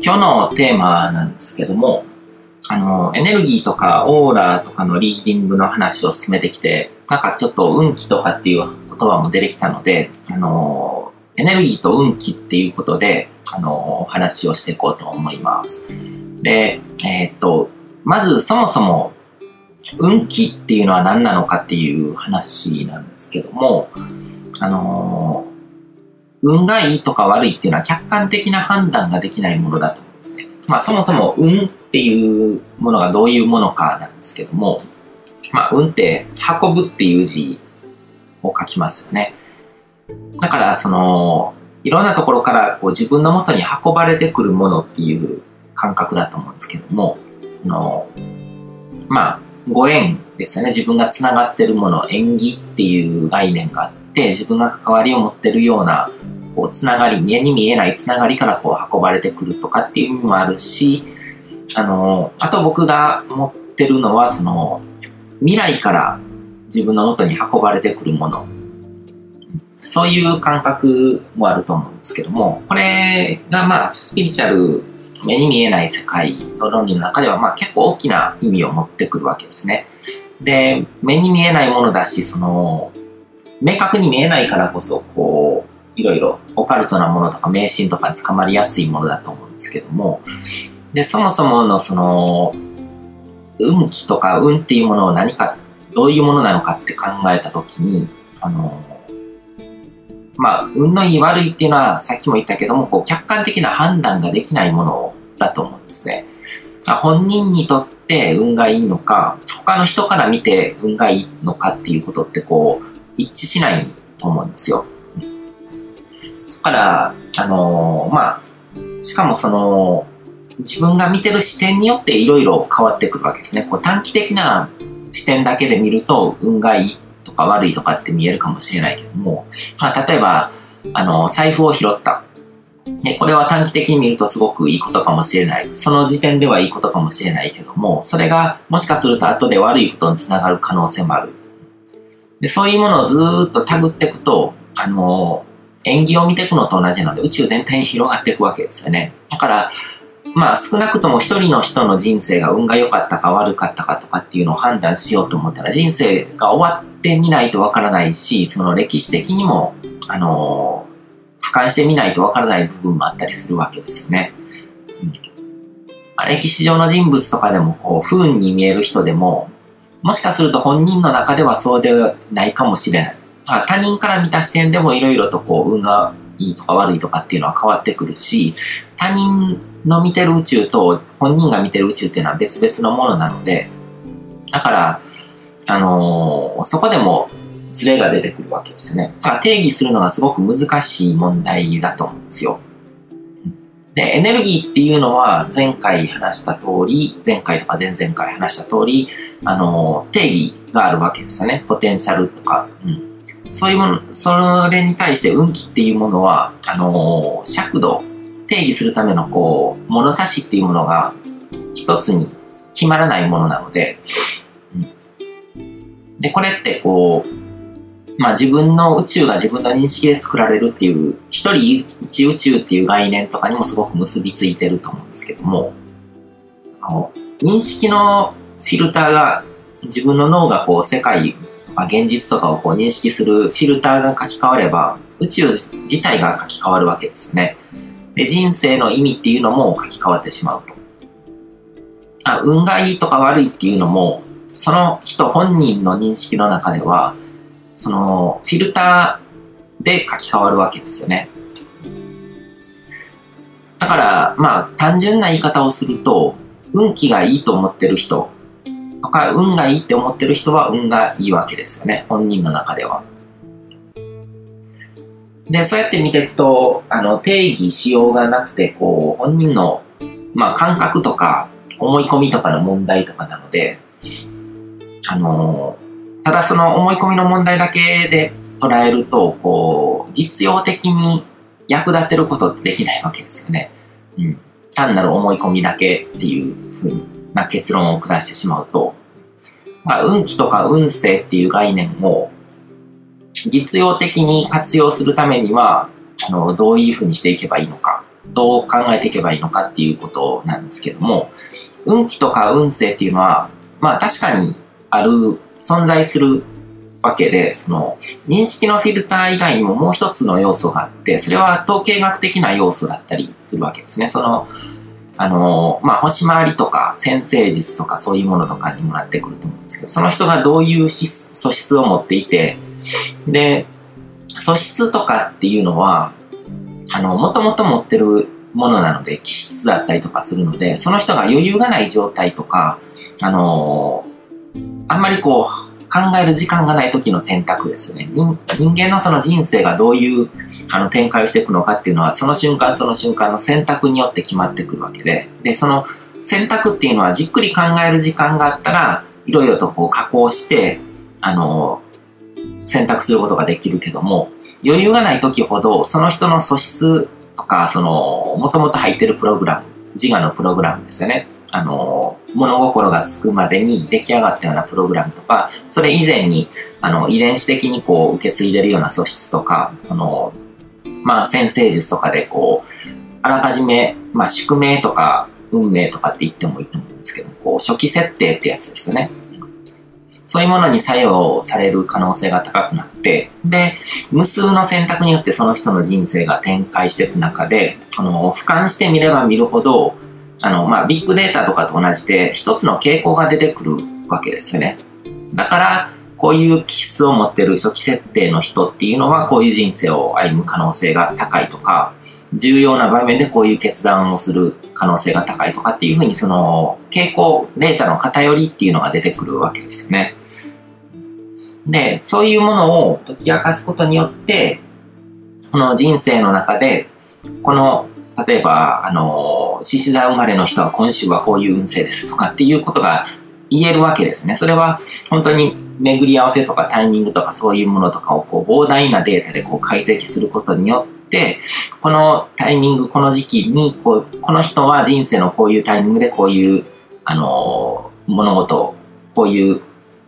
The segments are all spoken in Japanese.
今日のテーマなんですけども、エネルギーとかオーラとかのリーディングの話を進めてきて、なんかちょっと運気とかっていう言葉も出てきたので、エネルギーと運気っていうことで、お話をしていこうと思います。で、まずそもそも運気っていうのは何なのかっていう話なんですけども、運がいいとか悪いっていうのは客観的な判断ができないものだと思うんですね。そもそも運っていうものがどういうものかなんですけども、運って運ぶっていう字を書きますよね。だからいろんなところから自分の元に運ばれてくるものっていう感覚だと思うんですけども、ご縁ですよね。自分がつながってるもの、縁起っていう概念があって、自分が関わりを持ってるようなつながり、目に見えないつながりから運ばれてくるとかっていう意味もあるし、あと僕が持ってるのは未来から自分の元に運ばれてくるもの、そういう感覚もあると思うんですけども、これがスピリチュアル、目に見えない世界の論理の中では結構大きな意味を持ってくるわけですね。で、目に見えないものだし、明確に見えないからこそいろいろオカルトなものとか迷信とかに捕まりやすいものだと思うんですけども、で、そもそもの運気とか運っていうものをどういうものなのかって考えたときに、運のいい悪いっていうのはさっきも言ったけども、客観的な判断ができないものだと思うんですね。本人にとって運がいいのか、他の人から見て運がいいのかっていうことって一致しないと思うんですよ。だから、しかも自分が見てる視点によっていろいろ変わってくるわけですね。短期的な視点だけで見ると運がいいとか悪いとかって見えるかもしれないけども、例えば、財布を拾った。で、これは短期的に見るとすごくいいことかもしれない。その時点ではいいことかもしれないけども、それがもしかすると後で悪いことにつながる可能性もある。で、そういうものをずーっと手繰っていくと、縁起を見ていくのと同じなので、宇宙全体に広がっていくわけですよね。だから、少なくとも一人の人の人生が運が良かったか悪かったかとかっていうのを判断しようと思ったら、人生が終わってみないとわからないし、歴史的にも、俯瞰してみないとわからない部分もあったりするわけですよね。歴史上の人物とかでも、不運に見える人でも、もしかすると本人の中ではそうではないかもしれない。他人から見た視点でもいろいろと運がいいとか悪いとかっていうのは変わってくるし、他人の見てる宇宙と本人が見てる宇宙っていうのは別々のものなので、だから、そこでもズレが出てくるわけですね。定義するのがすごく難しい問題だと思うんですよ。で、エネルギーっていうのは前回話した通り、前回とか前々回話した通り、定義があるわけですよね。ポテンシャルとか。そういうもの、それに対して運気っていうものは、尺度、定義するための物差しっていうものが一つに決まらないものなので、で、これって自分の宇宙が自分の認識で作られるっていう、一人一宇宙っていう概念とかにもすごく結びついてると思うんですけども、認識のフィルターが、自分の脳が世界現実とかを認識するフィルターが書き換われば、宇宙自体が書き換わるわけですよね。で、人生の意味っていうのも書き換わってしまうと。運がいいとか悪いっていうのも、その人本人の認識の中では、フィルターで書き換わるわけですよね。だから、単純な言い方をすると、運気がいいと思ってる人、とか運がいいって思ってる人は運がいいわけですよね、本人の中では。で、そうやって見ていくと、定義しようがなくて、本人の、感覚とか思い込みとかの問題とかなので、ただその思い込みの問題だけで捉えると、実用的に役立てることってできないわけですよね。単なる思い込みだけっていう風な結論を下してしまうと、運気とか運勢っていう概念を実用的に活用するためには、どういう風にしていけばいいのか。 どう考えていけばいいのかっていうことなんですけども、運気とか運勢っていうのは、まあ確かに存在するわけで、その認識のフィルター以外にももう一つの要素があって、それは統計学的な要素だったりするわけですね。まあ、星回りとか占星術とかそういうものとかにもなってくると思うんですけど、その人がどういう素質を持っていて、で、素質とかっていうのは、もともと持ってるものなので、気質だったりとかするので、その人が余裕がない状態とか、あんまりこう、考える時間がない時の選択ですね。人間のその人生がどういう展開をしていくのかっていうのは、その瞬間その瞬間の選択によって決まってくるわけで、その選択っていうのはじっくり考える時間があったら、いろいろとこう加工して、選択することができるけども、余裕がない時ほど、その人の素質とか、もともと入ってるプログラム、自我のプログラムですよね。物心がつくまでに出来上がったようなプログラムとか、それ以前に、遺伝子的にこう受け継いでるような素質とか、まあ、占星術とかでこう、あらかじめ、まあ、宿命とか運命とかって言ってもいいと思うんですけど、こう、初期設定ってやつですよね。そういうものに作用される可能性が高くなって、で、無数の選択によってその人の人生が展開していく中で、俯瞰してみれば見るほど、まあ、ビッグデータとかと同じで、一つの傾向が出てくるわけですよね。だから、こういう気質を持ってる初期設定の人っていうのは、こういう人生を歩む可能性が高いとか、重要な場面でこういう決断をする可能性が高いとかっていうふうに、その傾向、データの偏りっていうのが出てくるわけですよね。で、そういうものを解き明かすことによって、この人生の中で、例えば、獅子座生まれの人は今週はこういう運勢ですとかっていうことが言えるわけですね。それは本当に巡り合わせとかタイミングとかそういうものとかをこう膨大なデータでこう解析することによって、このタイミング、この時期にこの人は人生のこういうタイミングでこういう、物事を、こういう、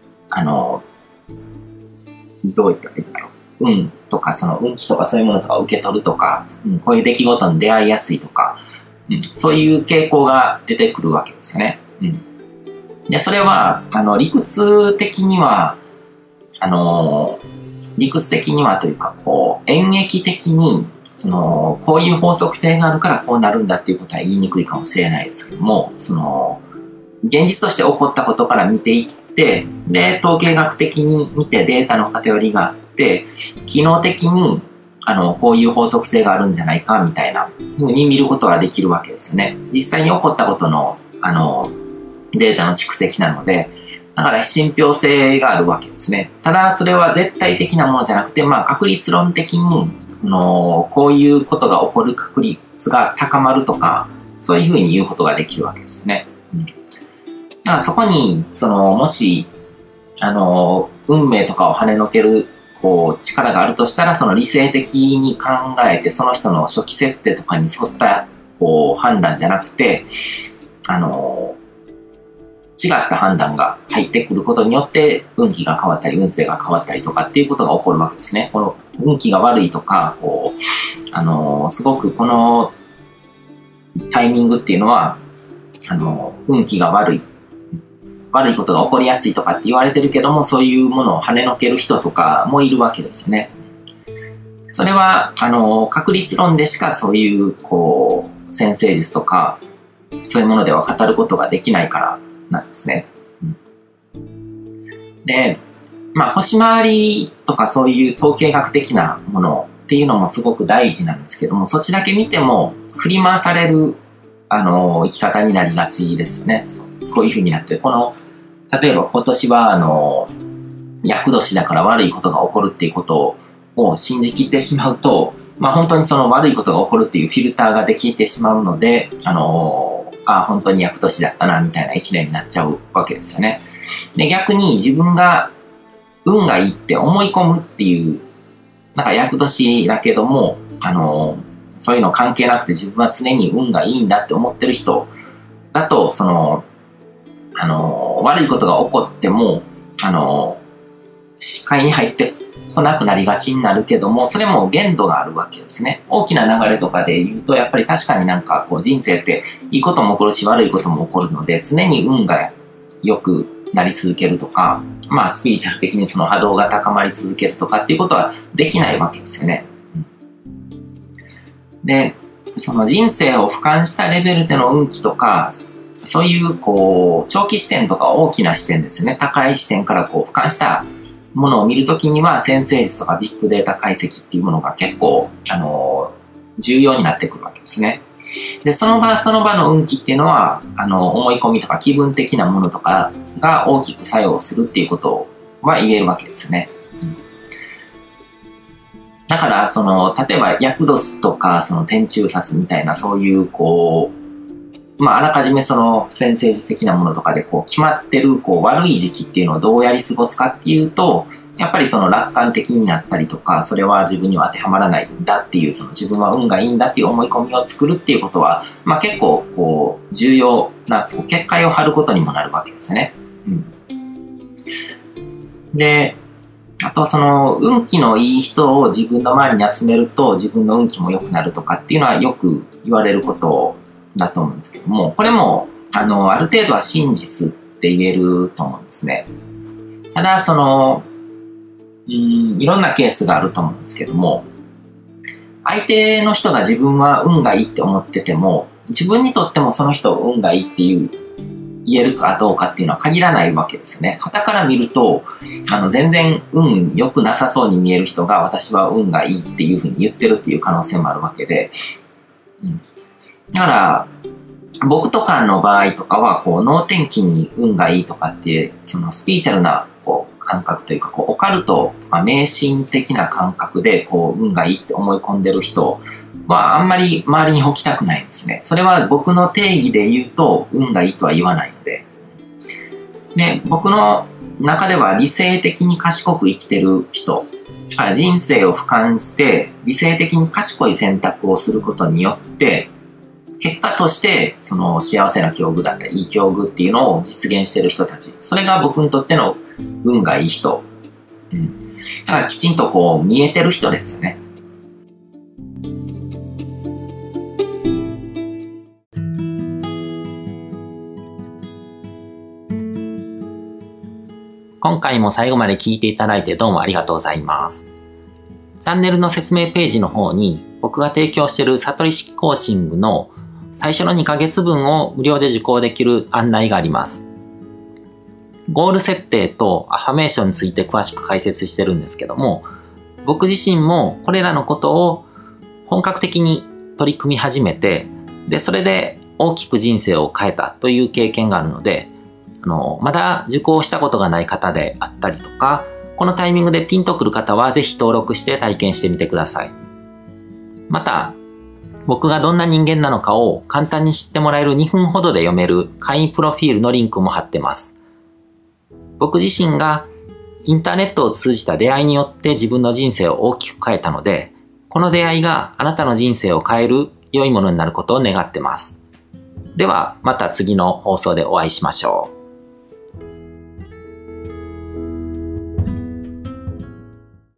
どういったらいいんだろう。運とか、その運気とかそういうものとかを受け取るとか、こういう出来事に出会いやすいとか、そういう傾向が出てくるわけですよね。で、それは、理屈的にはというか、こう、演劇的に、こういう法則性があるからこうなるんだっていうことは言いにくいかもしれないですけども、現実として起こったことから見ていって、で、統計学的に見てデータの偏りがあって、機能的に、こういう法則性があるんじゃないかみたいな風に見ることができるわけですね。実際に起こったことの、データの蓄積なので、だから信憑性があるわけですね。ただ、それは絶対的なものじゃなくて、まあ、確率論的に、こういうことが起こる確率が高まるとか、そういう風に言うことができるわけですね。だからそこに、もし、運命とかを跳ねのける、こう、力があるとしたら、その理性的に考えて、その人の初期設定とかに沿った、こう、判断じゃなくて、違った判断が入ってくることによって、運気が変わったり、運勢が変わったりとかっていうことが起こるわけですね。この運気が悪いとか、こう、すごくこのタイミングっていうのは、運気が悪いことが起こりやすいとかって言われてるけども、そういうものを跳ねのける人とかもいるわけですね。それは、確率論でしかそういう、こう、占星術とか、そういうものでは語ることができないからなんですね。で、まあ、星回りとかそういう統計学的なものっていうのもすごく大事なんですけども、そっちだけ見ても振り回される、生き方になりがちですね。こういう風になって、例えば今年は厄年だから悪いことが起こるっていうことを信じきってしまうと、まあ本当にその悪いことが起こるっていうフィルターができてしまうので、本当に厄年だったなみたいな一年になっちゃうわけですよね。で、逆に自分が運がいいって思い込むっていう、なんか厄年だけども、そういうの関係なくて自分は常に運がいいんだって思ってる人だと、悪いことが起こっても、 視界に入ってこなくなりがちになるけども、それも限度があるわけですね。大きな流れとかで言うと、やっぱり確かになんかこう人生っていいことも起こるし悪いことも起こるので、常に運が良くなり続けるとか、まあスピリチュアル的にその波動が高まり続けるとかっていうことはできないわけですよね。で、その人生を俯瞰したレベルでの運気とか、そういうこう長期視点とか大きな視点ですね。高い視点からこう俯瞰したものを見るときには、占星術とかビッグデータ解析っていうものが結構、重要になってくるわけですね。で、その場その場の運気っていうのは、思い込みとか気分的なものとかが大きく作用するっていうことは言えるわけですね。だから、例えば、厄年とか、天中殺みたいな、そういう、こう、まあ、あらかじめ占星術的なものとかで、こう、決まってる、こう、悪い時期っていうのをどうやり過ごすかっていうと、やっぱり楽観的になったりとか、それは自分には当てはまらないんだっていう、自分は運がいいんだっていう思い込みを作るっていうことは、まあ、結構、こう、重要な、こう結界を張ることにもなるわけですね。で、あと運気のいい人を自分の周りに集めると自分の運気も良くなるとかっていうのはよく言われることだと思うんですけども、これもある程度は真実って言えると思うんですね。ただいろんなケースがあると思うんですけども、相手の人が自分は運がいいって思ってても、自分にとってもその人運がいいって言えるかどうかっていうのは限らないわけですね。傍から見ると、全然運良くなさそうに見える人が私は運がいいっていうふうに言ってるっていう可能性もあるわけで、だから、僕とかの場合とかは、こう、能天気に運がいいとかっていう、スピーチャルな、こう、感覚というか、こう、オカルト、迷信的な感覚で、こう、運がいいって思い込んでる人は、あんまり周りに置きたくないんですね。それは僕の定義で言うと、運がいいとは言わないので。で、僕の中では理性的に賢く生きてる人、人生を俯瞰して、理性的に賢い選択をすることによって、結果として、幸せな境遇だったり、いい境遇っていうのを実現してる人たち。それが僕にとっての運がいい人。だからきちんとこう見えてる人ですよね。今回も最後まで聞いていただいてどうもありがとうございます。チャンネルの説明ページの方に僕が提供している悟り式コーチングの最初の2ヶ月分を無料で受講できる案内があります。ゴール設定とアファメーションについて詳しく解説してるんですけども、僕自身もこれらのことを本格的に取り組み始めて、で、それで大きく人生を変えたという経験があるので、まだ受講したことがない方であったりとか、このタイミングでピンとくる方はぜひ登録して体験してみてください。また、僕がどんな人間なのかを簡単に知ってもらえる2分ほどで読める会員プロフィールのリンクも貼ってます。僕自身がインターネットを通じた出会いによって自分の人生を大きく変えたので、この出会いがあなたの人生を変える良いものになることを願ってます。ではまた次の放送でお会いしましょう。